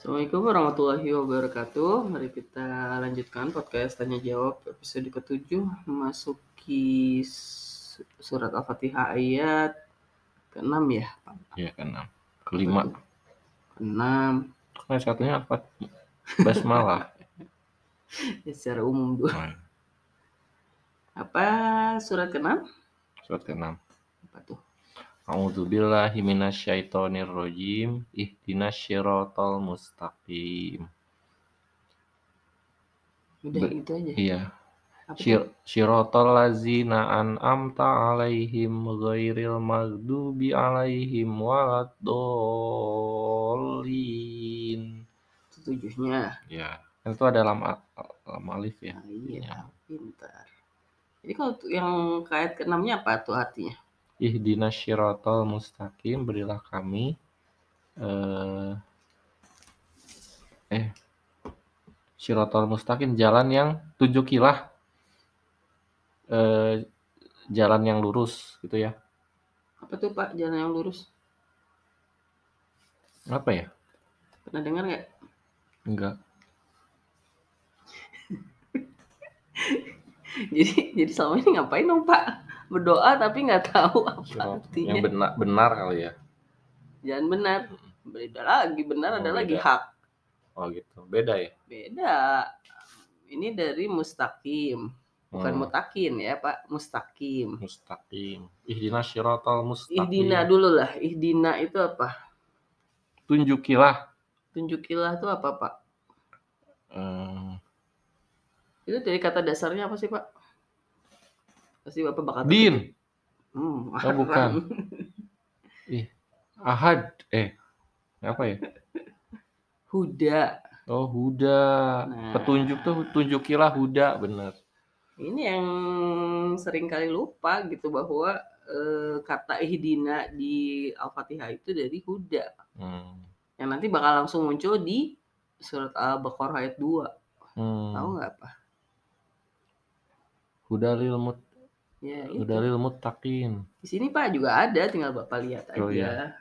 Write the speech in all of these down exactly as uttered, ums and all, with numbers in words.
Assalamualaikum warahmatullahi wabarakatuh. Mari kita lanjutkan podcast tanya jawab episode ketujuh, memasuki su- surat Al-Fatihah ayat keenam ya, Pak. Ya, keenam. Apa Kelima. tuh? Keenam. Kan satunya apa? Basmalah. Ya, secara umum dulu. Nah, Apa surat keenam? surat keenam. Apa tuh? A'udzubillahi minasyaitonirrajim. Ihdinas syiratal mustaqim. Udah Be- gitu aja. iya. Apa tuh? Syir- Syiratal ladzina an'amta alaihim ghairil maghdubi alaihim waladdallin. Tujuhnya. Ya, kan itu ada lam, a- lam alif ya. Nah, iya, Iya. pintar. Jadi kalau tuh yang ayat keenamnya apa tuh artinya? Ihdinas syiratal mustaqim, berilah kami eh eh Syiratal mustaqim, jalan yang tunjukilah eh jalan yang lurus gitu ya. Apa tuh Pak jalan yang lurus? Apa ya? Pernah dengar nggak? Enggak. jadi jadi selama ini ngapain dong Pak? Berdoa tapi nggak tahu apa Syiratal artinya. yang benar benar kali ya. Jangan benar. Beda lagi, benar Oh, ada lagi beda. hak. Oh gitu. Beda ya? Beda. Ini dari mustaqim. Bukan Hmm. mutakin ya Pak, mustaqim. Mustaqim. Ihdinas syiratal mustaqim. Ihdina dulu lah. Ihdina itu apa? Tunjukilah. Tunjukilah itu apa Pak? Eh, Itu dari kata dasarnya apa sih Pak? Pasti Bapak bakal din. terkejut. Hmm, Oh, bukan. Ih, ahad. Eh, apa ya? Huda. Oh, huda. Nah. Petunjuk tuh tunjukilah huda, bener. Ini yang sering kali lupa gitu bahwa eh, kata ihdina di Al-Fatihah itu dari huda. Hmm. Yang nanti bakal langsung muncul di surat Al-Baqarah ayat dua. Hmm. Tahu nggak apa? Hudalil mut Ya, itu. Hudalil muttaqin. Di sini Pak juga ada, tinggal Bapak lihat aja. Oh, iya.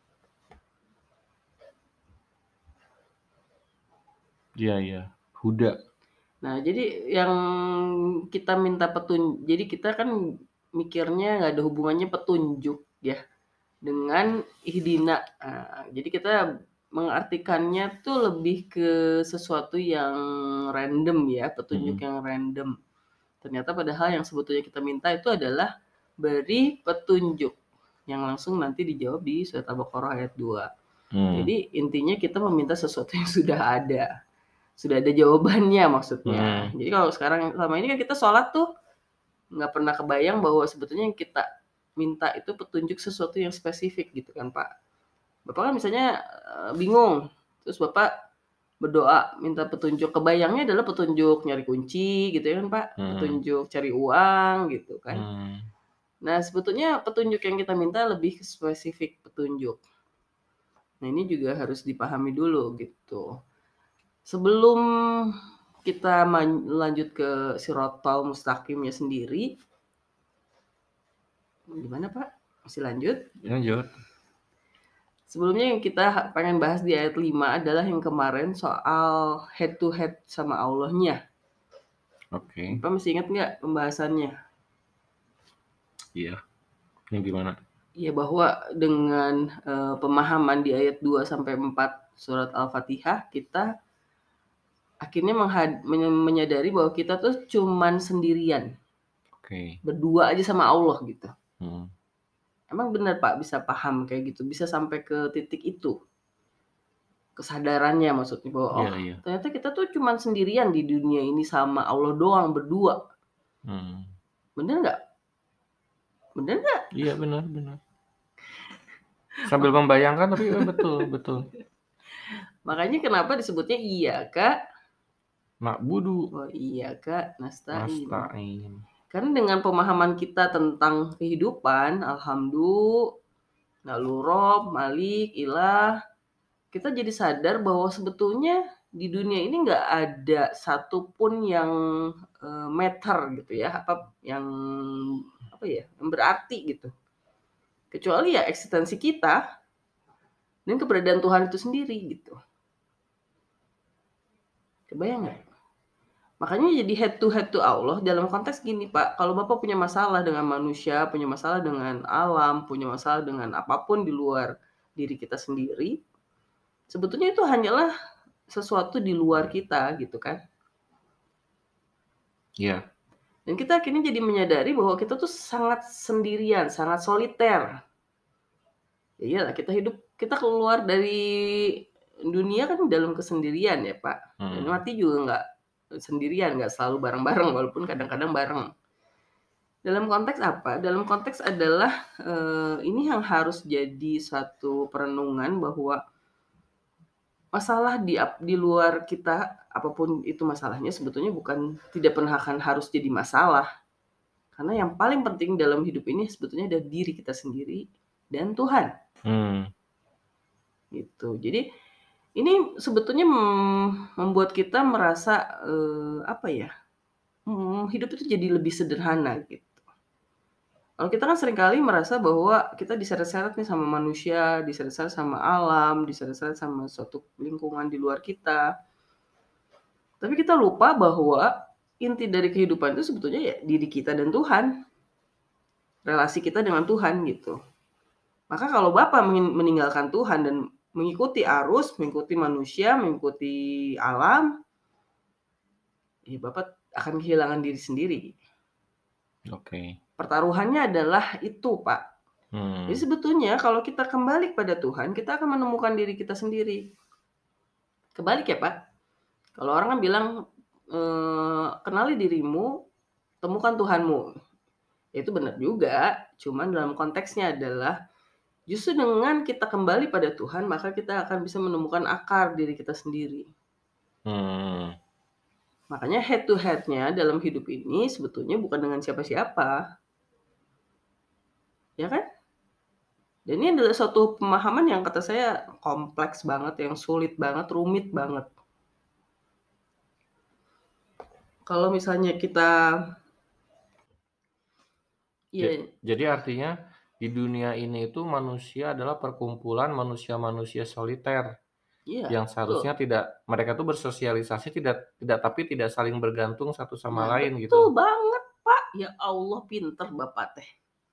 Iya, iya. Huda. Nah, jadi yang kita minta petunjuk, jadi kita kan mikirnya nggak ada hubungannya petunjuk ya dengan ihdina. Nah, jadi kita mengartikannya tuh lebih ke sesuatu yang random ya, petunjuk Hmm. yang random. Ternyata padahal yang sebetulnya kita minta itu adalah beri petunjuk yang langsung nanti dijawab di surat Al-Baqarah ayat dua. Hmm. Jadi intinya kita meminta sesuatu yang sudah ada. Sudah ada jawabannya maksudnya. Hmm. Jadi kalau sekarang selama ini kan kita sholat tuh nggak pernah kebayang bahwa sebetulnya yang kita minta itu petunjuk sesuatu yang spesifik gitu kan Pak. Bapak kan misalnya uh, bingung, terus Bapak berdoa minta petunjuk, kebayangnya adalah petunjuk nyari kunci gitu ya kan Pak, Hmm. petunjuk cari uang gitu kan. Hmm. Nah sebetulnya petunjuk yang kita minta lebih spesifik petunjuk. Nah ini juga harus dipahami dulu gitu. Sebelum kita lanjut ke Siratal Mustaqimnya sendiri, gimana Pak? Masih lanjut? Lanjut. Sebelumnya yang kita pengen bahas di ayat lima adalah yang kemarin soal head to head sama Allahnya. Oke. Bapak masih ingat nggak pembahasannya? Iya. Ini gimana? Ya bahwa dengan uh, pemahaman di ayat dua sampai empat surat Al-Fatihah, kita akhirnya menghad- menyadari bahwa kita tuh cuman sendirian. Oke. Berdua aja sama Allah gitu. Hmm. Emang benar Pak bisa paham kayak gitu, bisa sampai ke titik itu kesadarannya maksudnya bahwa oh Iya, iya. ternyata kita tuh cuman sendirian di dunia ini sama Allah doang berdua. Hmm. Bener nggak? Bener nggak? Iya, benar, benar. Sambil membayangkan tapi ya, betul, betul. Makanya kenapa disebutnya iya Kak? Na'budu Oh iya Kak, nasta'in. nasta'in. Karena dengan pemahaman kita tentang kehidupan, alhamdulillah, lalu Rob, Malik, Ilah, kita jadi sadar bahwa sebetulnya di dunia ini nggak ada satupun yang uh, matter gitu ya, apa yang apa ya, yang berarti gitu. Kecuali ya eksistensi kita dan keberadaan Tuhan itu sendiri gitu. Kebayang nggak? Makanya jadi head to head to Allah dalam konteks gini, Pak, kalau Bapak punya masalah dengan manusia, punya masalah dengan alam, punya masalah dengan apapun di luar diri kita sendiri, sebetulnya itu hanyalah sesuatu di luar kita gitu kan. Iya. Dan kita akhirnya jadi menyadari bahwa kita tuh sangat sendirian, sangat soliter. Ya iyalah kita hidup kita keluar dari dunia kan dalam kesendirian ya, Pak. Dan Mhm. mati juga nggak sendirian, nggak selalu bareng-bareng walaupun kadang-kadang bareng. Dalam konteks apa? Dalam konteks adalah, eee, ini yang harus jadi satu perenungan bahwa masalah di ap di luar kita, apapun itu masalahnya sebetulnya bukan tidak pernah akan harus jadi masalah. Karena yang paling penting dalam hidup ini sebetulnya adalah diri kita sendiri dan Tuhan, Mmm. gitu. Jadi ini sebetulnya mem membuat kita merasa, eee, apa ya, mmm, hidup itu jadi lebih sederhana gitu. Kalau kita kan seringkali merasa bahwa kita diseret-seret nih sama manusia, diseret-seret sama alam, diseret-seret sama suatu lingkungan di luar kita. Tapi kita lupa bahwa inti dari kehidupan itu sebetulnya ya diri kita dan Tuhan, relasi kita dengan Tuhan gitu. Maka kalau Bapak mengi meninggalkan Tuhan dan mengikuti arus, mengikuti manusia, mengikuti alam, ya Bapak akan kehilangan diri sendiri. Oke. Pertaruhannya adalah itu, Pak. Jadi Hmm. sebetulnya kalau kita kembali kepada Tuhan, kita akan menemukan diri kita sendiri. Kebalik ya, Pak. Kalau orang kan bilang, eee, "Kenali dirimu, temukan Tuhanmu." Ya itu benar juga, cuman dalam konteksnya adalah justru dengan kita kembali pada Tuhan, maka kita akan bisa menemukan akar diri kita sendiri. Hmm. Makanya head to head-nya dalam hidup ini sebetulnya bukan dengan siapa-siapa. Ya kan? Dan ini adalah suatu pemahaman yang kata saya kompleks banget, yang sulit banget, rumit banget. Kalau misalnya kita Ja ya jadi artinya di dunia ini itu manusia adalah perkumpulan manusia-manusia soliter iya, yang seharusnya betul. tidak mereka tuh bersosialisasi tidak tidak tapi tidak saling bergantung satu sama Nah, lain gitu. betul banget, Pak. Ya Allah, pinter Bapak teh.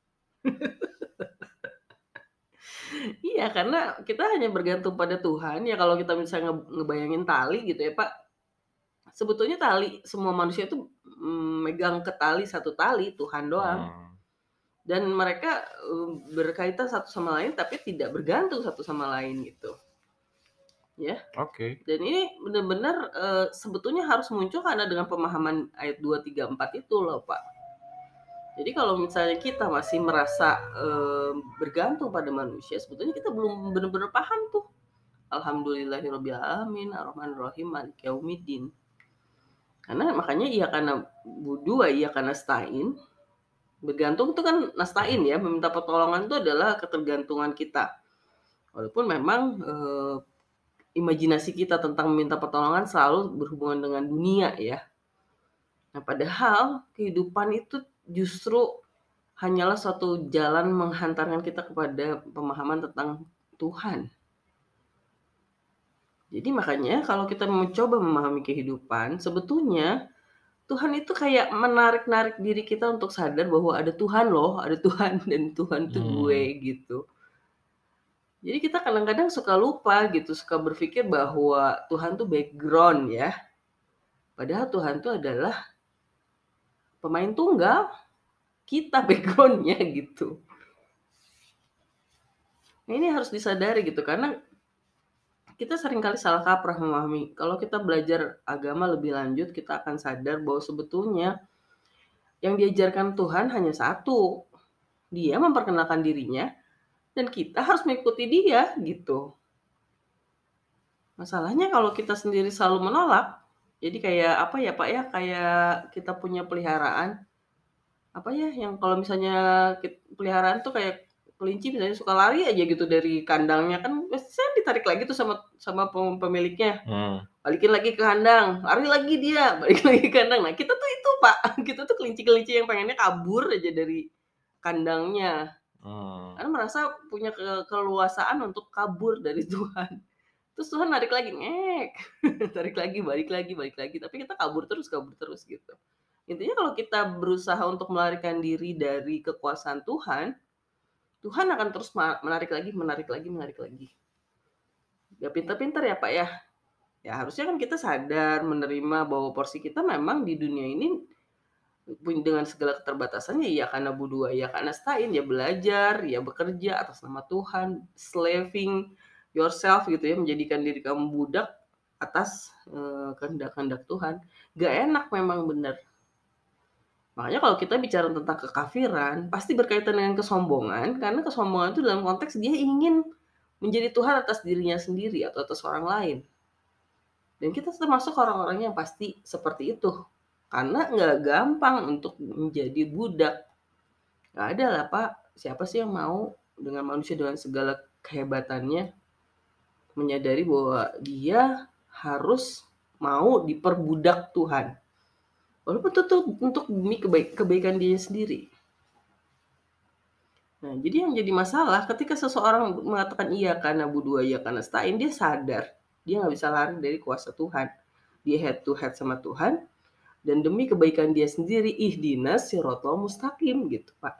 Iya, karena kita hanya bergantung pada Tuhan, ya kalau kita misalnya nge ngebayangin tali gitu ya, Pak, sebetulnya tali semua manusia itu, mmm, megang ke tali satu tali, Tuhan doang. Hmm. Dan mereka, eee, berkaitan satu sama lain, tapi tidak bergantung satu sama lain gitu, ya. Oke. Dan ini benar-benar, eee, sebetulnya harus muncul karena dengan pemahaman ayat dua, tiga, empat itu loh, Pak. Jadi kalau misalnya kita masih merasa, eee, bergantung pada manusia, sebetulnya kita belum benar-benar paham tuh. Alhamdulillahirabbil alamin, ar-rahmanir-rahim, maliki yaumiddin. Karena makanya iya karena budu wa iya karena nasta'in, bergantung itu kan nasta'in ya, meminta pertolongan itu adalah ketergantungan kita. Walaupun memang, eee, imajinasi kita tentang meminta pertolongan selalu berhubungan dengan dunia ya. Nah, padahal kehidupan itu justru hanyalah suatu jalan menghantarkan kita kepada pemahaman tentang Tuhan. Jadi makanya kalau kita mencoba memahami kehidupan, sebetulnya Tuhan itu kayak menarik-narik diri kita untuk sadar bahwa ada Tuhan loh, ada Tuhan dan Tuhan itu gue Hmm. gitu. Jadi kita kadang-kadang suka lupa gitu, suka berpikir bahwa Tuhan tuh background ya. Padahal Tuhan itu adalah pemain tunggal, kita background-nya gitu. Nah, ini harus disadari gitu karena kita seringkali salah kaprah memahami. Kalau kita belajar agama lebih lanjut, kita akan sadar bahwa sebetulnya yang diajarkan Tuhan hanya satu. Dia memperkenalkan dirinya dan kita harus mengikuti dia gitu. Masalahnya kalau kita sendiri selalu menolak, jadi kayak apa ya Pak ya, kayak kita punya peliharaan, apa ya, yang kalau misalnya kit peliharaan tuh kayak kelinci misalnya suka lari aja gitu dari kandangnya, kan biasanya ditarik lagi tuh sama sama pem pemiliknya. Hmm. Balikin lagi ke kandang, lari lagi dia, balik lagi ke kandang. Nah, kita tuh itu, Pak, kita tuh kelinci-kelinci yang pengennya kabur aja dari kandangnya. Hmm. Karena merasa punya ke keleluasaan untuk kabur dari Tuhan. Terus Tuhan narik lagi, ngek, tarik lagi, balik lagi balik lagi, tapi kita kabur terus kabur terus gitu. Intinya kalau kita berusaha untuk melarikan diri dari kekuasaan Tuhan, Tuhan akan terus ma menarik lagi menarik lagi menarik lagi. Nggak pinter-pinter ya, Pak, ya. Ya harusnya kan kita sadar menerima bahwa porsi kita memang di dunia ini pun dengan segala keterbatasannya ya karena budua ya karena stain, ya belajar, ya bekerja atas nama Tuhan, slaving yourself gitu ya, menjadikan diri kamu budak atas, eee, kehendak-kehendak Tuhan. Nggak enak memang bener. Makanya kalau kita bicara tentang kekafiran, pasti berkaitan dengan kesombongan, karena kesombongan itu dalam konteks dia ingin menjadi Tuhan atas dirinya sendiri atau atas orang lain. Dan kita termasuk orang-orang yang pasti seperti itu. Karena nggak gampang untuk menjadi budak. Nggak ada lah, Pak. Siapa sih yang mau dengan manusia dengan segala kehebatannya menyadari bahwa dia harus mau diperbudak Tuhan. Walaupun itu untuk demi kebaik, kebaikan dia sendiri. Nah, jadi yang jadi masalah ketika seseorang mengatakan iya karena budua, iya karena stain, dia sadar dia nggak bisa lari dari kuasa Tuhan. Dia head to head sama Tuhan, dan demi kebaikan dia sendiri, ihdinas siratal mustaqim gitu, Pak.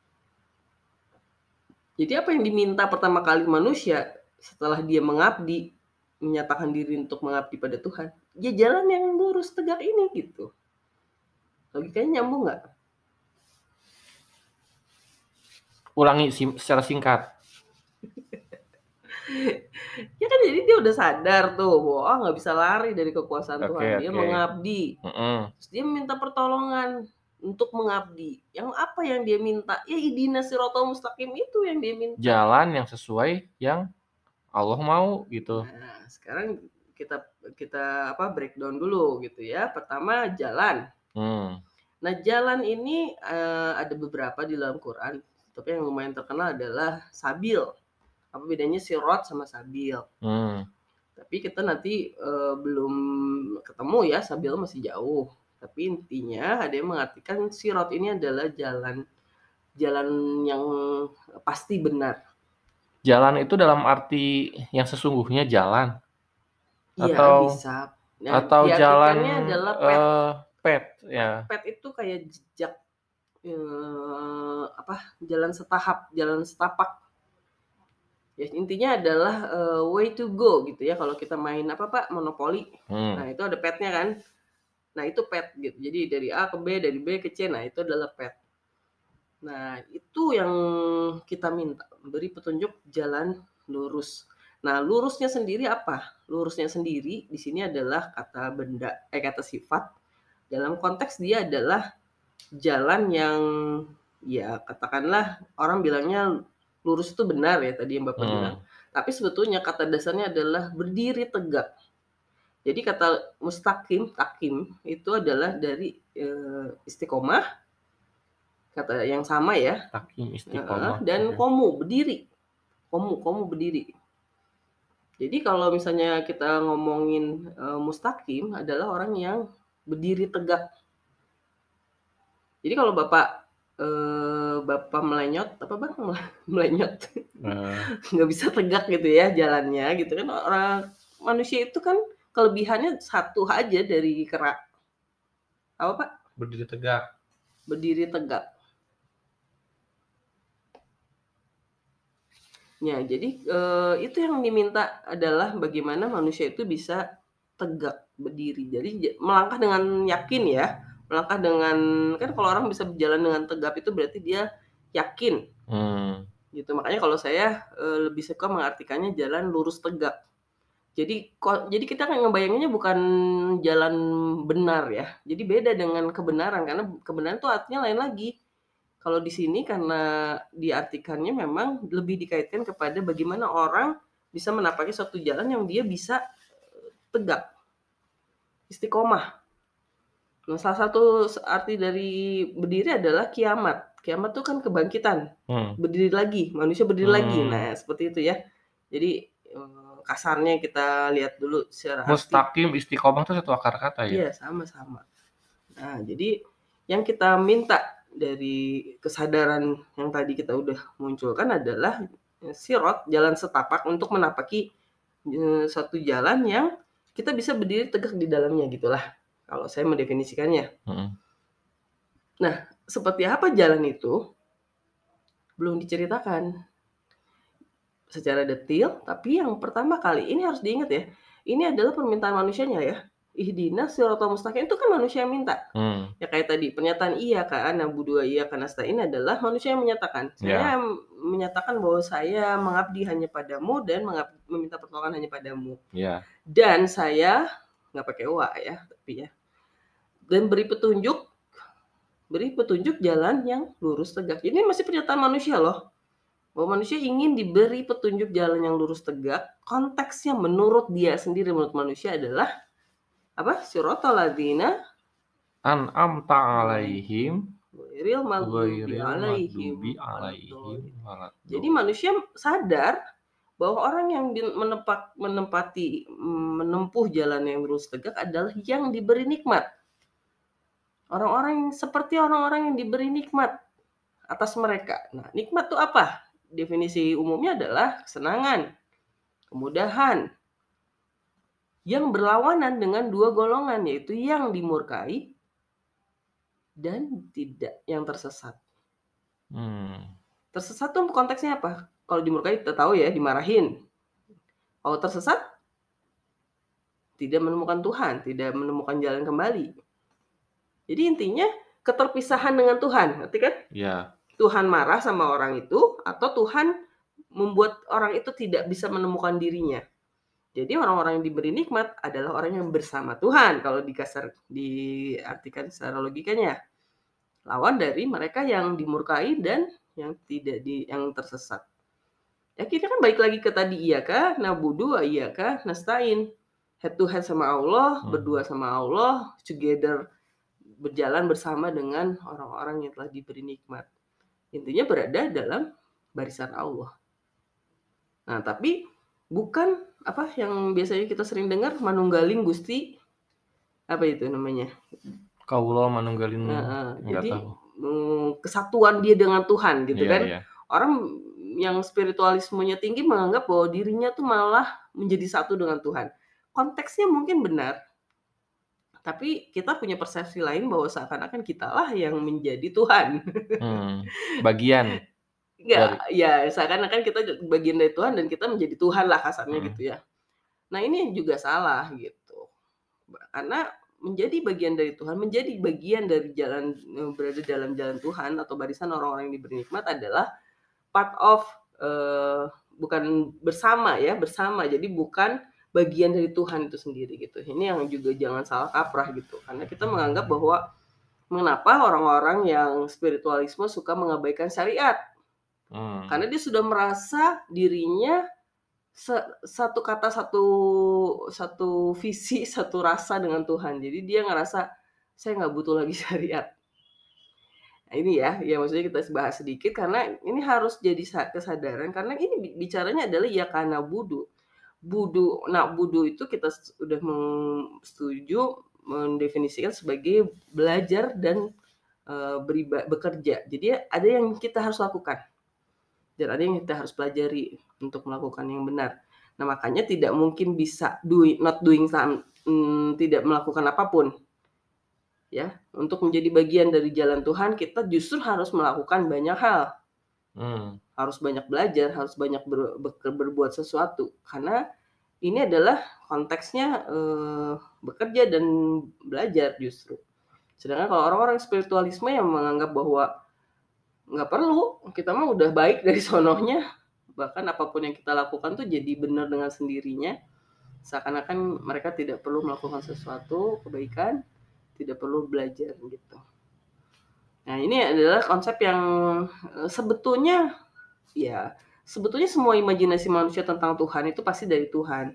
Jadi apa yang diminta pertama kali manusia setelah dia mengabdi, menyatakan diri untuk mengabdi pada Tuhan, ya jalan yang lurus tegak ini gitu. Logikanya nyambung nggak? Ulangi sim secara singkat. Ya kan jadi dia udah sadar tuh bahwa oh, nggak bisa lari dari kekuasaan Oke Tuhan. Dia oke. mengabdi. Mhm. Terus dia minta pertolongan untuk mengabdi. Yang apa yang dia minta? Ya ihdinas siratal mustaqim itu yang dia minta. Jalan yang sesuai yang Allah mau gitu. Nah, sekarang kita kita apa breakdown dulu gitu ya. Pertama jalan. Hmm. Nah, jalan ini uh, ada beberapa di dalam Quran, tapi yang lumayan terkenal adalah sabil. Apa bedanya sirat sama sabil? Hmm. Tapi kita nanti uh, belum ketemu ya, sabil masih jauh. Tapi intinya ada yang mengartikan sirat ini adalah jalan jalan yang pasti benar. Jalan itu dalam arti yang sesungguhnya jalan? Iya, Atau bisa. Nah, atau jalan, diartikannya adalah pet. eee, pet ya? Pet itu kayak jejak, eee, apa, jalan setahap, jalan setapak. Ya intinya adalah, eee, way to go gitu ya kalau kita main apa, Pak, monopoli. Nah, Hmm. itu ada petnya kan. Nah, itu pet gitu. Jadi dari A ke B, dari B ke C, nah itu adalah pet. Nah, itu yang kita minta, beri petunjuk jalan lurus. Nah, lurusnya sendiri apa? Lurusnya sendiri di sini adalah kata benda, eh kata sifat. Dalam konteks dia adalah jalan yang ya katakanlah orang bilangnya lurus itu benar ya tadi yang Bapak bilang. Hmm. Tapi sebetulnya kata dasarnya adalah berdiri tegak. Jadi kata mustaqim, takim itu adalah dari e, istiqomah, kata yang sama ya, Takim Heeh, istiqomah. dan Oke. komu berdiri, komu komu berdiri. Jadi kalau misalnya kita ngomongin e, mustaqim adalah orang yang berdiri tegak. Jadi kalau bapak e, bapak melenyot apa bang melenyot Eee, nggak bisa tegak gitu ya jalannya gitu kan orang manusia itu kan kelebihannya satu aja dari kerak apa Pak? berdiri tegak. Berdiri tegak. Ya, jadi eh, itu yang diminta adalah bagaimana manusia itu bisa tegak berdiri. Jadi melangkah dengan yakin ya, melangkah dengan kan kalau orang bisa berjalan dengan tegap itu berarti dia yakin. Hmm. Gitu. Makanya kalau saya eh, lebih suka mengartikannya jalan lurus tegak. Jadi kok jadi kita kan ngebayanginnya bukan jalan benar ya. Jadi beda dengan kebenaran karena kebenaran itu artinya lain lagi. Kalau di sini karena diartikannya memang lebih dikaitkan kepada bagaimana orang bisa menapaki suatu jalan yang dia bisa tegak, istiqomah. Nah, salah satu arti dari berdiri adalah kiamat. Kiamat itu kan kebangkitan, Hmm. berdiri lagi, manusia berdiri lagi. Hmm. Nah, seperti itu ya. Jadi eh, kasarnya kita lihat dulu secara arti. Mustaqim, istiqomah itu satu akar kata ya? Iya, sama-sama. Nah, jadi yang kita minta dari kesadaran yang tadi kita udah munculkan adalah sirat, jalan setapak untuk menapaki eee, satu jalan yang kita bisa berdiri tegak di dalamnya gitulah, kalau saya mendefinisikannya. Mhm. Nah, seperti apa jalan itu belum diceritakan secara detil, tapi yang pertama kali ini harus diingat ya, ini adalah permintaan manusianya ya. Ihdinas shiratal mustaqim itu kan manusia yang minta. Mmm. Ya kayak tadi pernyataan iyyaka na'budu wa iyyaka nasta'in adalah manusia yang menyatakan. Ya. Saya menyatakan bahwa saya mengabdi hanya padamu dan mengab meminta pertolongan hanya padamu. Ya. Dan saya nggak pakai wa ya, tapi ya. Dan beri petunjuk beri petunjuk jalan yang lurus tegak. Ini masih pernyataan manusia loh. Bahwa manusia ingin diberi petunjuk jalan yang lurus tegak, konteksnya menurut dia sendiri, menurut manusia adalah apa? Shiratal ladzina An'amta Mmm, 'alaihim ghairil maghdubi ghairil 'alaihim maghdubi 'alaihim waladdallin. Jadi waladdallin. manusia sadar bahwa orang yang di menepak menempati, mmm, menempuh jalan yang lurus tegak adalah yang diberi nikmat. Orang-orang yang seperti orang-orang yang diberi nikmat atas mereka. Nah, nikmat itu apa? Definisi umumnya adalah kesenangan, kemudahan, yang berlawanan dengan dua golongan, yaitu yang dimurkai dan tidak yang tersesat. Mmm. Tersesat tuh konteksnya apa? Kalau dimurkai kita tahu ya, dimarahin. Kalau tersesat tidak menemukan Tuhan, tidak menemukan jalan kembali. Jadi intinya keterpisahan dengan Tuhan, ngerti kan? Ya. Tuhan marah sama orang itu atau Tuhan membuat orang itu tidak bisa menemukan dirinya. Jadi orang-orang yang diberi nikmat adalah orang yang bersama Tuhan kalau dikasar diartikan secara logikanya. Lawan dari mereka yang dimurkai dan yang tidak di yang tersesat. Ya kita kan balik lagi ke tadi iyyaka na'budu wa iyyaka nasta'in. Head to head sama Allah, Hmm. berdua sama Allah, together berjalan bersama dengan orang-orang yang telah diberi nikmat. Intinya berada dalam barisan Allah. Nah, tapi bukan apa yang biasanya kita sering dengar manunggaling Gusti apa itu namanya? Kaula manunggalin Heeh, enggak jadi, tahu. mmm, kesatuan dia dengan Tuhan gitu Iya kan. iya. Orang yang spiritualismenya tinggi menganggap bahwa dirinya tuh malah menjadi satu dengan Tuhan. Konteksnya mungkin benar. Tapi kita punya persepsi lain bahwa seakan-akan kitalah yang menjadi Tuhan. Mmm, bagian Enggak, dari ya seakan-akan kita ju bagian dari Tuhan dan kita menjadi Tuhanlah kasarnya Mhm. gitu ya. Nah ini juga salah gitu. Ba karena menjadi bagian dari Tuhan, menjadi bagian dari jalan eee, berada dalam jalan Tuhan atau barisan orang-orang yang diberi nikmat adalah part of, eee, bukan bersama ya, bersama. Jadi bukan bagian dari Tuhan itu sendiri gitu. Ini yang juga jangan salah kaprah gitu. Karena kita menganggap bahwa mengapa orang-orang yang spiritualisme suka mengabaikan syariat. Mmm. Karena dia sudah merasa dirinya se satu kata, satu satu visi, satu rasa dengan Tuhan. Jadi dia ngerasa, "Saya nggak butuh lagi syariat." Nah ini ya, ya maksudnya kita bahas sedikit karena ini harus jadi sa kesadaran karena ini bi bicaranya adalah iyyaka na'budu. Budu na'budu itu kita s udah meng setuju mendefinisikan sebagai belajar dan, eee, beriba bekerja. Jadi ada yang kita harus lakukan. Dan ada yang kita harus pelajari untuk melakukan yang benar. Nah makanya tidak mungkin bisa doi not doing some mmm, tidak melakukan apapun. Ya, untuk menjadi bagian dari jalan Tuhan kita justru harus melakukan banyak hal. Mmm. Harus banyak belajar, harus banyak ber beke berbuat sesuatu. Karena ini adalah konteksnya, eee, bekerja dan belajar justru. Sedangkan kalau orang-orang spiritualisme yang menganggap bahwa nggak perlu, kita mah udah baik dari sononya, bahkan apapun yang kita lakukan tuh jadi benar dengan sendirinya, seakan-akan mereka tidak perlu melakukan sesuatu kebaikan, tidak perlu belajar gitu. Nah ini adalah konsep yang, eee, sebetulnya ya sebetulnya semua imajinasi manusia tentang Tuhan itu pasti dari Tuhan.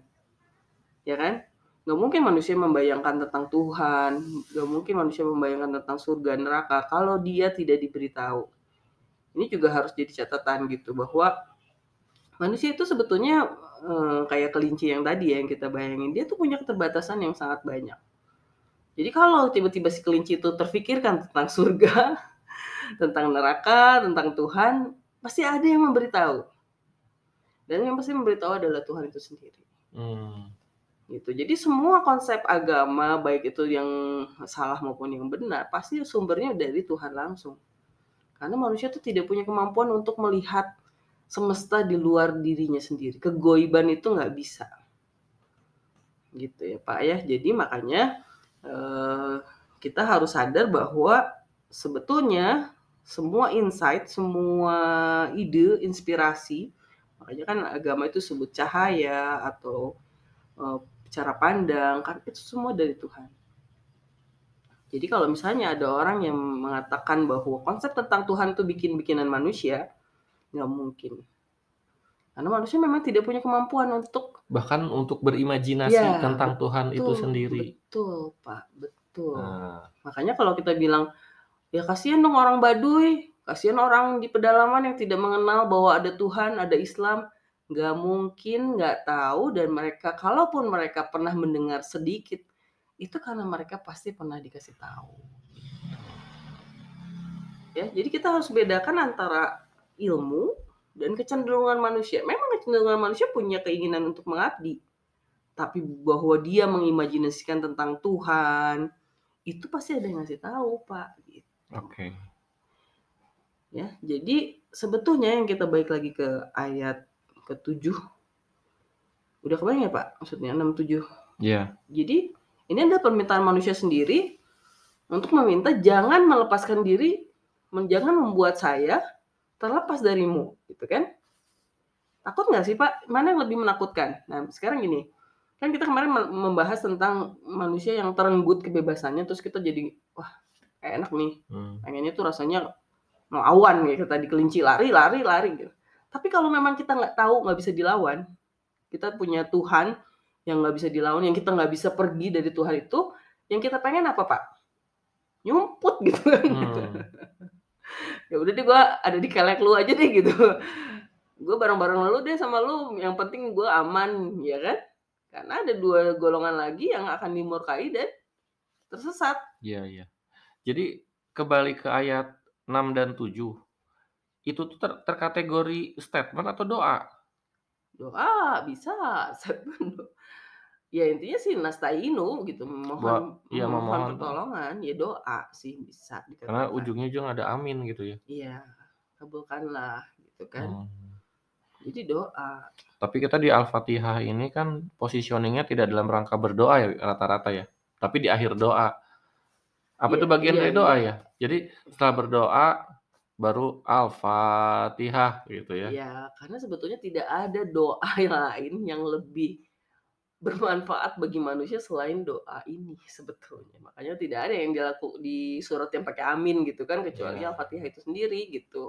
Ya kan? Nggak mungkin manusia membayangkan tentang Tuhan, nggak mungkin manusia membayangkan tentang surga, neraka kalau dia tidak diberitahu. Ini juga harus jadi catatan gitu bahwa manusia itu sebetulnya, eee, kayak kelinci yang tadi ya yang kita bayangin, dia tuh punya keterbatasan yang sangat banyak. Jadi kalau tiba-tiba si kelinci itu terfikirkan tentang surga, tentang neraka, tentang Tuhan, pasti ada yang memberitahu. Dan yang pasti memberitahu adalah Tuhan itu sendiri. Mmm. Gitu. Jadi semua konsep agama, baik itu yang salah maupun yang benar, pasti sumbernya dari Tuhan langsung. Karena manusia tuh tidak punya kemampuan untuk melihat semesta di luar dirinya sendiri. Kegaiban itu nggak bisa. Gitu ya, Pak, ya. Jadi makanya, eee, kita harus sadar bahwa sebetulnya semua insight, semua ide, inspirasi, makanya kan agama itu sebut cahaya atau, eee, cara pandang, kan itu semua dari Tuhan. Jadi kalau misalnya ada orang yang mengatakan bahwa konsep tentang Tuhan itu bikin-bikinan manusia, nggak mungkin. Karena manusia memang tidak punya kemampuan untuk Bahkan untuk berimajinasi ya, tentang Tuhan itu betul, sendiri. betul, Pak, betul. Nah, Makanya kalau kita bilang, "Ya kasihan dong orang Baduy, kasihan orang di pedalaman yang tidak mengenal bahwa ada Tuhan, ada Islam." Nggak mungkin nggak tahu dan mereka kalaupun mereka pernah mendengar sedikit, itu karena mereka pasti pernah dikasih tahu. Ya, jadi kita harus bedakan antara ilmu dan kecenderungan manusia. Memang kecenderungan manusia punya keinginan untuk mengabdi, tapi bahwa dia mengimajinasikan tentang Tuhan, itu pasti ada yang ngasih tahu, Pak, gitu. oke. Ya, jadi sebetulnya yang kita balik lagi ke ayat ketujuh, udah kebayang ya, Pak, maksudnya enam, tujuh. Iya. Jadi ini adalah permintaan manusia sendiri untuk meminta jangan melepaskan diri, jangan membuat saya terlepas darimu, gitu kan? Takut nggak sih, Pak? Mana yang lebih menakutkan? Nah, sekarang gini, kan kita kemarin membahas tentang manusia yang terenggut kebebasannya, terus kita jadi, wah, enak nih. Hmm. Pengennya tuh rasanya melawan gitu, tadi kelinci lari, lari, lari gitu. Tapi kalau memang kita nggak tahu, nggak bisa dilawan, kita punya Tuhan yang nggak bisa dilawan, yang kita nggak bisa pergi dari Tuhan itu, yang kita pengen apa, Pak? Nyumput gitu kan. Hmm. Ya udah deh, gue ada di kelek lu aja deh gitu. Gue bareng-bareng lu deh sama lu, yang penting gue aman, ya kan? Karena ada dua golongan lagi yang akan dimurkai dan tersesat. Iya, iya. Jadi kembali ke ayat enam dan tujuh, itu tuh ter terkategori statement atau doa? Doa bisa, ya intinya sih nasta'inu gitu, Ba memohon iya memohon memohon tuh, pertolongan, ya doa sih bisa karena dikatakan. ujungnya juga ada amin gitu ya. Iya, kabulkanlah gitu kan. Hmm. Jadi doa. Tapi kita di Al-Fatihah ini kan positioning-nya tidak dalam rangka berdoa ya rata-rata ya, tapi di akhir doa. Apa Iya itu bagian iya dari doa iya. ya? Jadi setelah berdoa baru Al-Fatihah gitu ya? Iya, karena sebetulnya tidak ada doa lain yang lebih bermanfaat bagi manusia selain doa ini sebetulnya. Makanya tidak ada yang dilaku di surat yang pakai amin gitu kan, kecuali Iya. Al-Fatihah itu sendiri gitu.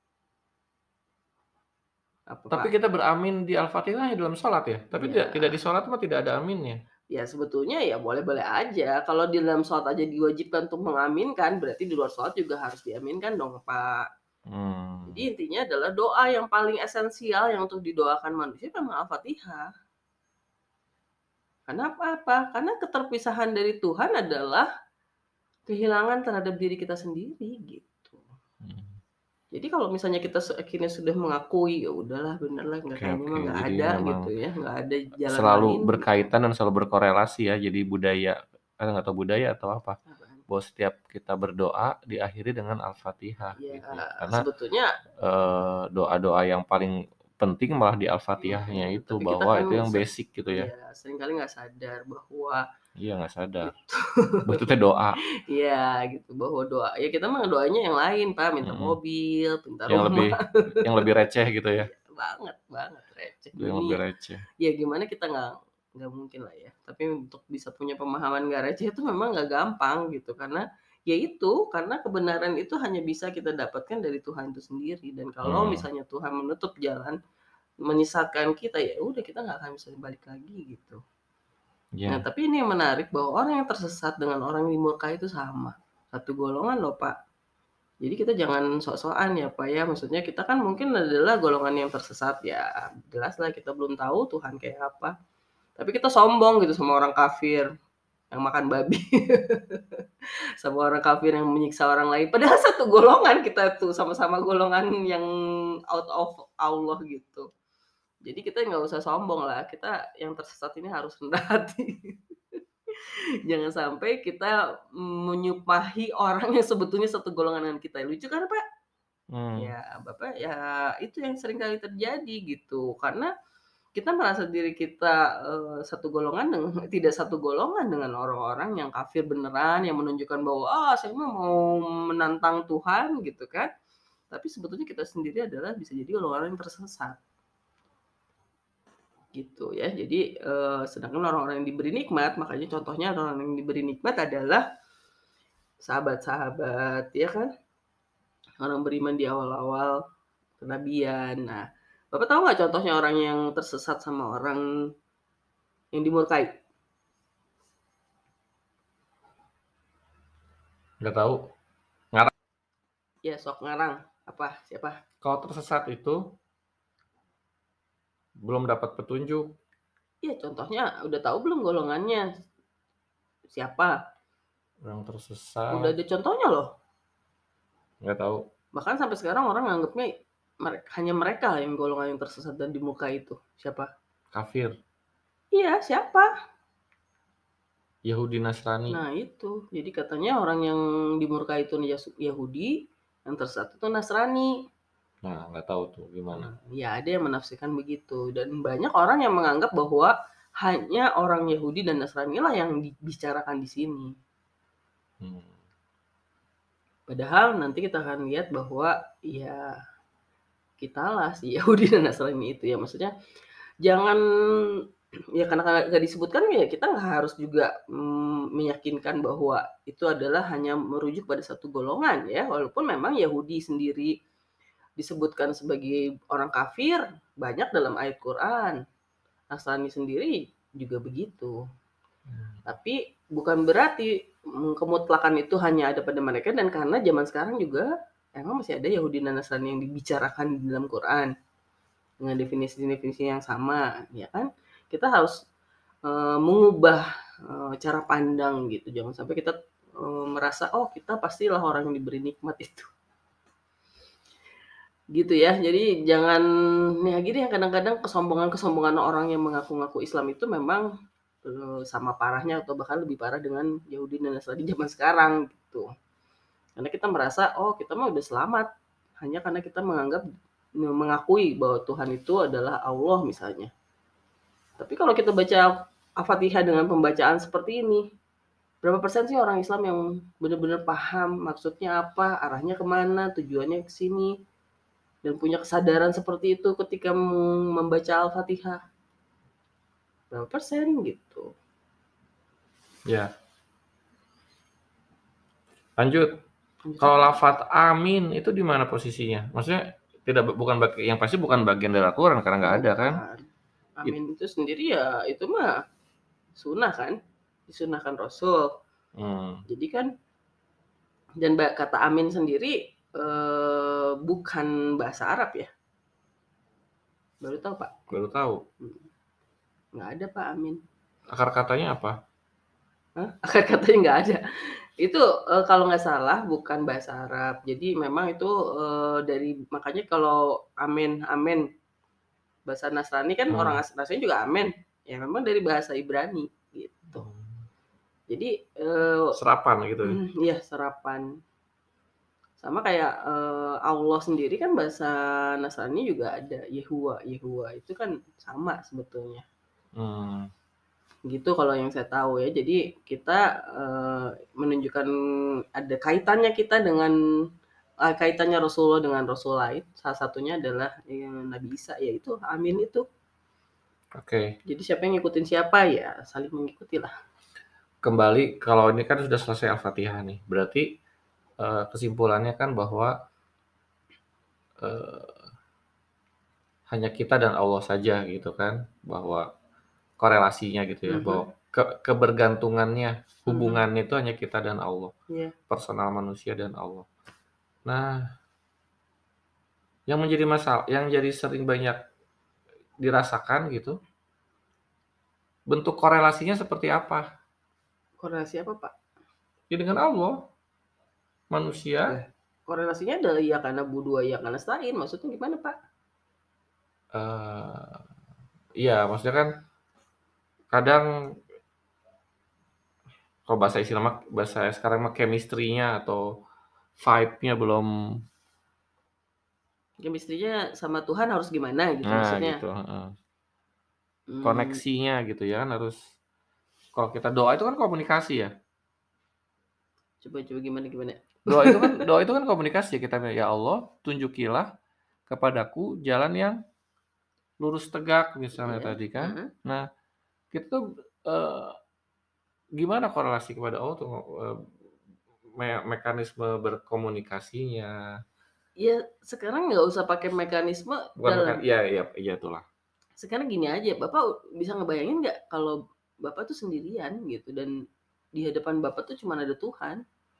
Apa, Tapi Pak? kita beramin di Al-Fatihah hanya dalam salat ya? Tapi tidak tidak Iya. di salat mah tidak ada aminnya? Ya sebetulnya ya boleh-boleh aja. Kalau di dalam sholat aja diwajibkan untuk mengaminkan, berarti di luar sholat juga harus diaminkan dong, Pak. Jadi Mmm, intinya adalah doa yang paling esensial yang untuk didoakan manusia memang Al-Fatihah. Karena apa? Karena keterpisahan dari Tuhan adalah kehilangan terhadap diri kita sendiri gitu. mhm. Jadi kalau misalnya kita se akhirnya sudah mengakui, ya udahlah bener lah, nggak Oke, kayaknya oke. mah nggak Jadi ada memang gitu ya, nggak ada jalan selalu lain gitu. berkaitan dan selalu berkorelasi ya, jadi budaya eh, nggak tahu budaya atau apa, Apaan? bahwa setiap kita berdoa diakhiri dengan Al-Fatihah Ya gitu ya. Karena, sebetulnya eee, doa-doa yang paling penting malah di Al-Fatihahnya mhm, itu, tapi kita bahwa kan itu yang se basic gitu ya. ya seringkali nggak sadar bahwa Iya, nggak sadar. itu Bahwa itu teh doa, iya gitu, bahwa doa ya kita mah doanya yang lain, Pak, minta mhm, mobil, minta yang rumah. lebih yang lebih receh gitu ya, Iya, banget banget, receh yang lebih dunia. receh. Ya gimana kita nggak nggak mungkin lah ya, tapi untuk bisa punya pemahaman nggak receh itu memang nggak gampang gitu, karena ya itu, karena kebenaran itu hanya bisa kita dapatkan dari Tuhan itu sendiri, dan kalau Mmm, misalnya Tuhan menutup jalan, menyesatkan kita, ya udah kita nggak akan bisa balik lagi gitu. Nah, iya. tapi ini yang menarik bahwa orang yang tersesat dengan orang yang dimurkai itu sama, satu golongan loh, Pak. Jadi kita jangan sok-sokan ya, Pak, ya, maksudnya kita kan mungkin adalah golongan yang tersesat, ya jelaslah kita belum tahu Tuhan kayak apa. Tapi kita sombong gitu sama orang kafir yang makan babi, sama orang kafir yang menyiksa orang lain. Padahal satu golongan kita tuh, sama-sama golongan yang out of Allah gitu. Jadi kita nggak usah sombong lah, kita yang tersesat ini harus rendah hati. Jangan sampai kita menyumpahi orang yang sebetulnya satu golongan dengan kita. Lucu kan, Pak? Mmm. Ya, Bapak, ya itu yang sering kali terjadi gitu. Karena kita merasa diri kita, eee, satu golongan dengan tidak satu golongan dengan orang-orang yang kafir beneran, yang menunjukkan bahwa, "Ah, saya mah mau menantang Tuhan," gitu kan. Tapi sebetulnya kita sendiri adalah bisa jadi orang-orang yang tersesat. Gitu ya. Jadi, eee, sedangkan orang-orang yang diberi nikmat, makanya contohnya orang-orang yang diberi nikmat adalah sahabat-sahabat, ya kan? Orang beriman di awal-awal kenabian. Nah, Bapak tahu nggak contohnya orang yang tersesat sama orang yang dimurkai? Nggak tahu. Ngarang. Ya, sok ngarang. Apa? Siapa? Kalau tersesat itu belum dapat petunjuk. Iya, contohnya udah tahu belum golongannya? Siapa? Orang Udah tersesat, ada contohnya loh. nggak tahu. Bahkan sampai sekarang orang nganggapnya merek hanya mereka yang golongan yang tersesat dan dimurkai itu. Siapa? Kafir, Iya, siapa? Yahudi, Nasrani. Nah itu, jadi katanya orang yang dimurkai itu Yasu Yahudi, yang tersesat itu Nasrani. Nah, nggak tahu tuh gimana. Nah, ya ada yang menafsirkan begitu dan banyak orang yang menganggap bahwa hanya orang Yahudi dan Nasrani lah yang dibicarakan di sini. Hmm. Padahal nanti kita akan lihat bahwa ya kitalah si Yahudi dan Nasrani itu ya, maksudnya jangan ya karena nggak disebutkan ya kita nggak harus juga, mmm, meyakinkan bahwa itu adalah hanya merujuk pada satu golongan ya, walaupun memang Yahudi sendiri disebutkan sebagai orang kafir banyak dalam ayat Quran. Nasrani sendiri juga begitu. Tapi bukan berarti, mmm, kemutlakan itu hanya ada pada mereka dan karena zaman sekarang juga emang masih ada Yahudi dan Nasrani yang dibicarakan di dalam Quran, dengan definisi-definisi yang sama, ya kan. Kita harus, eee, mengubah, eee, cara pandang gitu, jangan sampai kita, eee, merasa, "Oh kita pastilah orang yang diberi nikmat itu." Gitu ya, jadi jangan ya gini ya kadang-kadang kesombongan-kesombongan orang yang mengaku-ngaku Islam itu memang, eee, sama parahnya atau bahkan lebih parah dengan Yahudi dan Nasrani zaman sekarang gitu. Karena kita merasa, oh kita mah udah selamat, hanya karena kita menganggap mengakui bahwa Tuhan itu adalah Allah misalnya. Tapi kalau kita baca Al-Fatihah dengan pembacaan seperti ini, berapa persen sih orang Islam yang benar-benar paham maksudnya apa, arahnya kemana, tujuannya ke sini, dan punya kesadaran seperti itu ketika membaca Al-Fatihah? Berapa persen gitu. Ya, lanjut. Lanjut Kalau apa? lafadz amin itu di mana posisinya? Maksudnya tidak bukan bagi, yang pasti bukan bagian dari Al-Quran karena nggak ada kan? Bukan. Amin itu sendiri ya itu mah sunnah kan, disunahkan Rasul. Hmm. Jadi kan dan kata amin sendiri eh, bukan bahasa Arab ya. Baru tahu Pak? Baru tahu. Hmm. Nggak ada Pak amin. Akar katanya apa? Hah? Akar katanya nggak ada. Itu eh, kalau nggak salah bukan bahasa Arab. Jadi memang itu eh, dari makanya kalau amin amin bahasa Nasrani kan Hmm. orang Nasrani juga amin. Ya memang dari bahasa Ibrani gitu. Jadi eh, Serapan gitu ya? iya serapan. Sama kayak eh, Allah sendiri kan bahasa Nasrani juga ada Yehuwa, Yehuwa itu kan sama sebetulnya. Hmm. Gitu kalau yang saya tahu ya. Jadi kita eh, menunjukkan ada kaitannya kita dengan eh, kaitannya Rasulullah dengan Rasul lain. Salah satunya adalah eh, Nabi Isa yaitu amin itu. Oke. Jadi siapa yang ngikutin siapa ya saling mengikuti lah. Kembali, kalau ini kan sudah selesai Al-Fatihah nih. Berarti eh, kesimpulannya kan bahwa eh, hanya kita dan Allah saja gitu kan, bahwa korelasinya gitu ya, Mhm, bahwa ke kebergantungannya, mhm, hubungannya itu hanya kita dan Allah, iya. personal manusia dan Allah. Nah, yang menjadi masalah, yang jadi sering banyak dirasakan gitu, bentuk korelasinya seperti apa? Korelasi apa Pak? Ya dengan Allah, manusia Lah, korelasinya adalah iya karena bu dua iya karena stain. Maksudnya gimana Pak? eh, Iya, maksudnya kan kadang kalau bahasa istilah mah bahasa sekarang mah chemistry-nya atau vibe-nya belum Chemistry-nya sama Tuhan harus gimana gitu nah gitu, maksudnya? heeh. Mmm, Koneksinya gitu ya kan harus kalau kita doa itu kan komunikasi ya. coba coba gimana gimana? Doa itu kan doa itu kan komunikasi ya kita bilang, "Ya Allah, tunjukilah kepadaku jalan yang lurus tegak," misalnya Iya, tadi kan. heeh. Nah, kita tuh, eee, gimana korelasi kepada Allah tuh, eee, me mekanisme berkomunikasinya, Ya sekarang nggak usah pakai mekanisme bukan dalam mekan iya iya iya itulah. sekarang gini aja, Bapak bisa ngebayangin nggak kalau Bapak tuh sendirian gitu dan di hadapan Bapak tuh cuman ada Tuhan.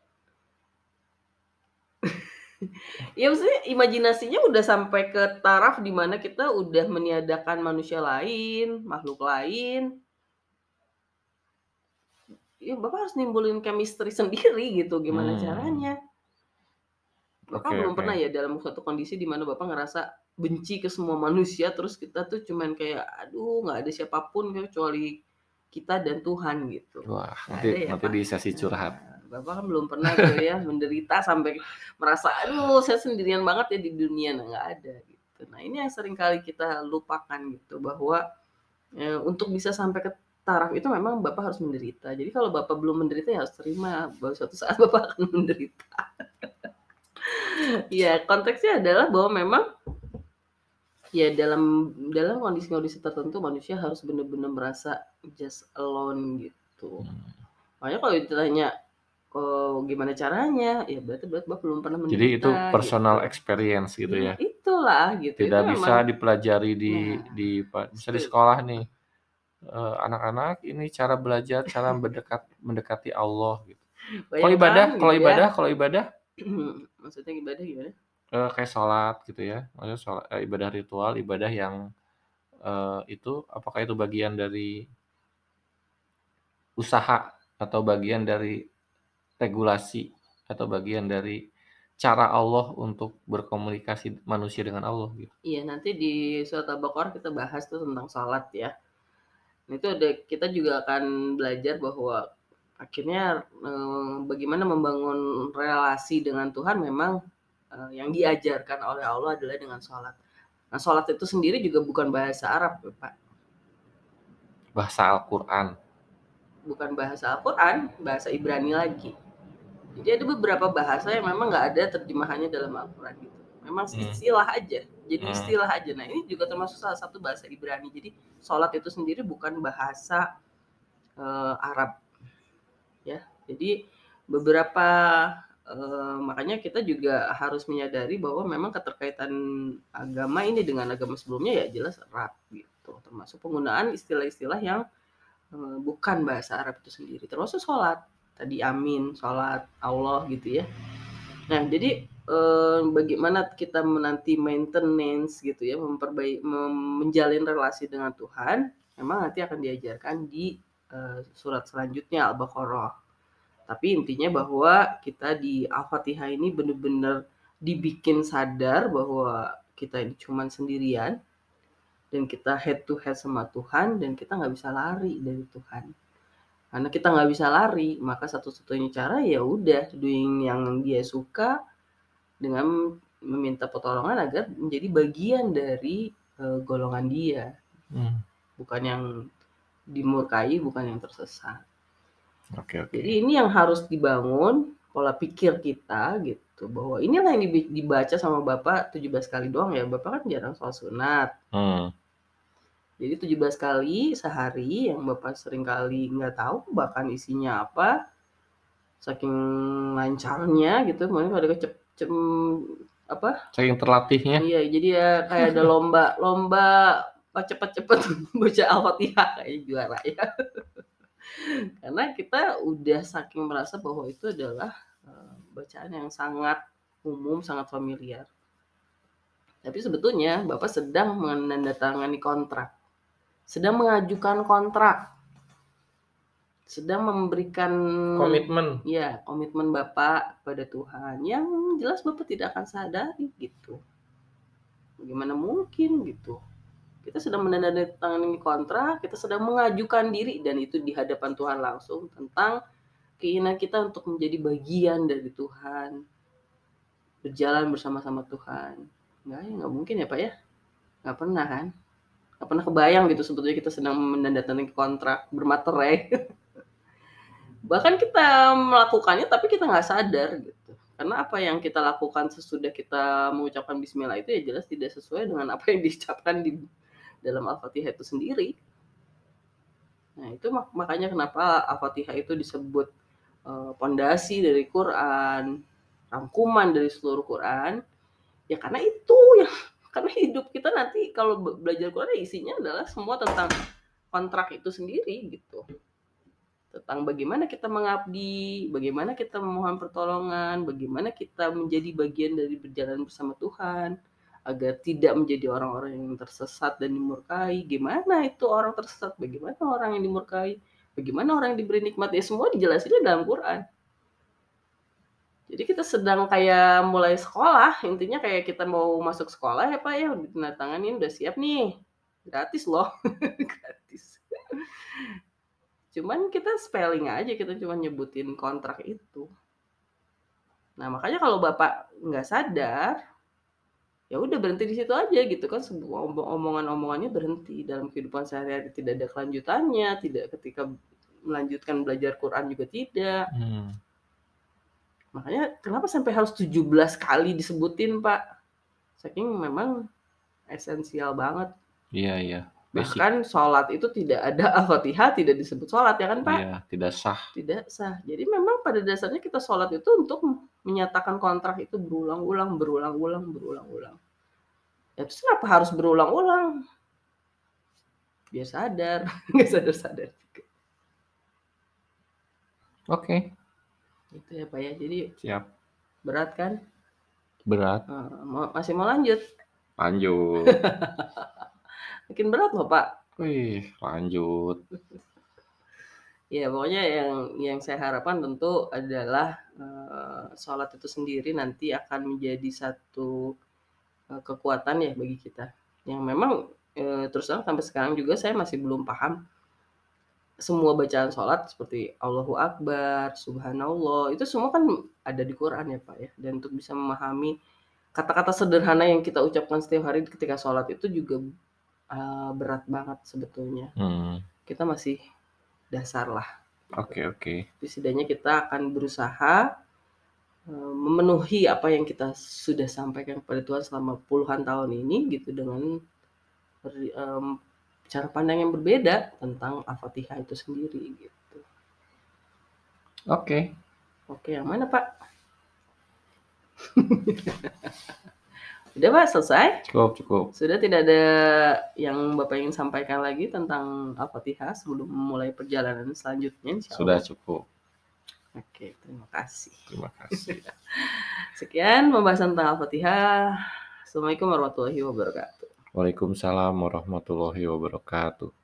Ya maksudnya imajinasinya udah sampai ke taraf di mana kita udah meniadakan manusia lain, makhluk lain, ya Bapak harus nimbulin chemistry sendiri gitu, gimana Mmm, caranya? Bapak oke belum oke. pernah ya dalam suatu kondisi di mana Bapak ngerasa benci ke semua manusia, terus kita tuh cuman kayak, aduh nggak ada siapapun kecuali kita dan Tuhan gitu. Wah, Nggak nanti ada ya nanti Pak? di sesi curhat. Nah, Bapak kan belum pernah tuh ya menderita sampai merasa, aduh saya sendirian banget ya di dunia. Nah nggak ada gitu. Nah ini yang sering kali kita lupakan gitu bahwa eh, untuk bisa sampai ke taraf itu memang Bapak harus menderita. Jadi kalau Bapak belum menderita ya harus terima bahwa suatu saat Bapak akan menderita. Ya konteksnya adalah bahwa memang ya dalam dalam kondisi-kondisi tertentu manusia harus benar-benar merasa just alone gitu. Mmm, Makanya kalau ditanya, oh, gimana caranya? Ya berarti berarti Bapak belum pernah jadi itu menderita personal gitu. experience gitu Ya ya? itulah gitu, itu Tidak memang bisa dipelajari di nah, di pa misal di stu sekolah nih, eee, anak-anak ini cara belajar, cara mendekat mendekati Allah gitu. Kalau bayangkan ibadah kalau gitu ya, ibadah kalau ibadah, maksudnya ibadah gimana? eee, kayak sholat gitu ya, maksudnya shola eee, ibadah ritual, ibadah yang, eee, itu apakah itu bagian dari usaha atau bagian dari regulasi atau bagian dari cara Allah untuk berkomunikasi manusia dengan Allah gitu? Iya nanti di surat Al-Baqarah kita bahas tuh tentang salat ya. Nah, itu ada kita juga akan belajar bahwa akhirnya, eee, bagaimana membangun relasi dengan Tuhan memang, eee, yang diajarkan oleh Allah adalah dengan sholat. Nah, sholat itu sendiri juga bukan bahasa Arab ya, Pak, Bahasa Al-Qur'an. bukan bahasa Al-Quran, bahasa Ibrani lagi. Jadi ada beberapa bahasa yang memang nggak ada terjemahannya dalam Al-Quran gitu. Memang Mmm, istilah aja, jadi mhm. istilah aja. Nah, ini juga termasuk salah satu bahasa Ibrani. Jadi sholat itu sendiri bukan bahasa, eee, Arab. Ya. Jadi beberapa eee, makanya kita juga harus menyadari bahwa memang keterkaitan agama ini dengan agama sebelumnya ya jelas erat gitu, termasuk penggunaan istilah-istilah yang, eee, bukan bahasa Arab itu sendiri, termasuk sholat, tadi amin, sholat, Allah gitu ya. Nah jadi, eee, bagaimana kita menanti maintenance gitu ya, memperbai mem menjalin relasi dengan Tuhan, memang nanti akan diajarkan di, eee, surat selanjutnya Al-Baqarah. Tapi intinya bahwa kita di Al-Fatihah ini bener-bener dibikin sadar bahwa kita ini cuman sendirian dan kita head to head sama Tuhan dan kita nggak bisa lari dari Tuhan. Karena kita nggak bisa lari, maka satu-satunya cara ya udah doing yang dia suka dengan meminta pertolongan agar menjadi bagian dari eh, golongan dia, Mmm, bukan yang dimurkai, bukan yang tersesat. oke oke. Jadi ini yang harus dibangun pola pikir kita gitu, bahwa inilah yang dibi dibaca sama Bapak tujuh belas kali doang ya, Bapak kan jarang sholat sunat. Mmm, Jadi tujuh belas kali sehari yang Bapak sering kali nggak tahu bahkan isinya apa, saking lancarnya gitu, mungkin ada kecep cem apa, saking terlatihnya. iya jadi ya kayak ada lomba lomba, oh cepet-cepet baca Al-Fatihah kayaknya juara ya. Karena kita udah saking merasa bahwa itu adalah, eee, bacaan yang sangat umum, sangat familiar. Tapi sebetulnya Bapak sedang menandatangani kontrak, sedang mengajukan kontrak, sedang memberikan Komitmen. ya komitmen Bapak kepada Tuhan yang jelas Bapak tidak akan sadari gitu. Bagaimana mungkin gitu. Kita sedang menandatangani kontrak, kita sedang mengajukan diri, dan itu di hadapan Tuhan langsung, tentang keinginan kita untuk menjadi bagian dari Tuhan, berjalan bersama-sama Tuhan. Nggak ya, nggak mungkin ya Pak ya? Nggak pernah kan? Nggak pernah kebayang gitu sebetulnya kita sedang menandatangani kontrak bermaterai. Bahkan kita melakukannya tapi kita nggak sadar gitu. Karena apa yang kita lakukan sesudah kita mengucapkan bismillah itu ya jelas tidak sesuai dengan apa yang diucapkan di dalam Al-Fatihah itu sendiri. Nah, itu mak- makanya kenapa Al-Fatihah itu disebut pondasi uh, dari Quran, rangkuman dari seluruh Quran. Ya karena itu ya, karena hidup kita nanti kalau belajar Quran isinya adalah semua tentang kontrak itu sendiri gitu. Tentang bagaimana kita mengabdi, bagaimana kita memohon pertolongan, bagaimana kita menjadi bagian dari berjalan bersama Tuhan, agar tidak menjadi orang-orang yang tersesat dan dimurkai. Gimana itu orang tersesat, bagaimana orang yang dimurkai, bagaimana orang yang diberi nikmat, ya semua dijelasin dalam Quran. Jadi kita sedang kayak mulai sekolah, intinya kayak kita mau masuk sekolah ya Pak ya, udah ditandatanganin, udah siap nih, gratis loh, gratis. Cuman kita spelling aja, kita cuma nyebutin kontrak itu. Nah makanya kalau Bapak nggak sadar, ya udah berhenti di situ aja gitu kan, semua omongan-omongannya berhenti dalam kehidupan sehari-hari, tidak ada kelanjutannya, tidak ketika melanjutkan belajar Quran juga tidak. Hmm. Makanya kenapa sampai harus tujuh belas kali disebutin Pak? Saking memang esensial banget. Iya iya. Basic. Bahkan sholat itu tidak ada Al-Fatihah, tidak disebut sholat ya kan Pak? Iya, tidak sah. Tidak sah. Jadi memang pada dasarnya kita sholat itu untuk menyatakan kontrak itu berulang-ulang, berulang-ulang, berulang-ulang. Ya terus kenapa harus berulang-ulang? Biar sadar, nggak sadar-sadar juga. Oke. Okay. Itu ya Pak ya. Jadi siap. Berat kan? Berat. Uh, masih mau lanjut? Lanjut. Makin berat loh Pak. Wih, lanjut. Ya pokoknya yang yang saya harapkan tentu adalah uh, sholat itu sendiri nanti akan menjadi satu uh, kekuatan ya bagi kita. Yang memang uh, terus terang sampai sekarang juga saya masih belum paham semua bacaan sholat seperti Allahu Akbar, Subhanallah, itu semua kan ada di Quran ya Pak ya. Dan untuk bisa memahami kata-kata sederhana yang kita ucapkan setiap hari ketika sholat itu juga uh, berat banget sebetulnya. Hmm. Kita masih dasar lah. Oke, okay, oke. Okay. Setidaknya kita akan berusaha uh, memenuhi apa yang kita sudah sampaikan kepada Tuhan selama puluhan tahun ini gitu dengan um, cara pandang yang berbeda tentang Al-Fatihah itu sendiri gitu. Oke. Okay. Oke, yang mana Pak? Udah Pak, selesai? Cukup, cukup. Sudah tidak ada yang Bapak ingin sampaikan lagi tentang Al-Fatihah sebelum memulai perjalanan selanjutnya? Sudah cukup. Oke, terima kasih. Terima kasih. Sekian pembahasan tentang Al-Fatihah. Assalamualaikum warahmatullahi wabarakatuh. Waalaikumsalam warahmatullahi wabarakatuh.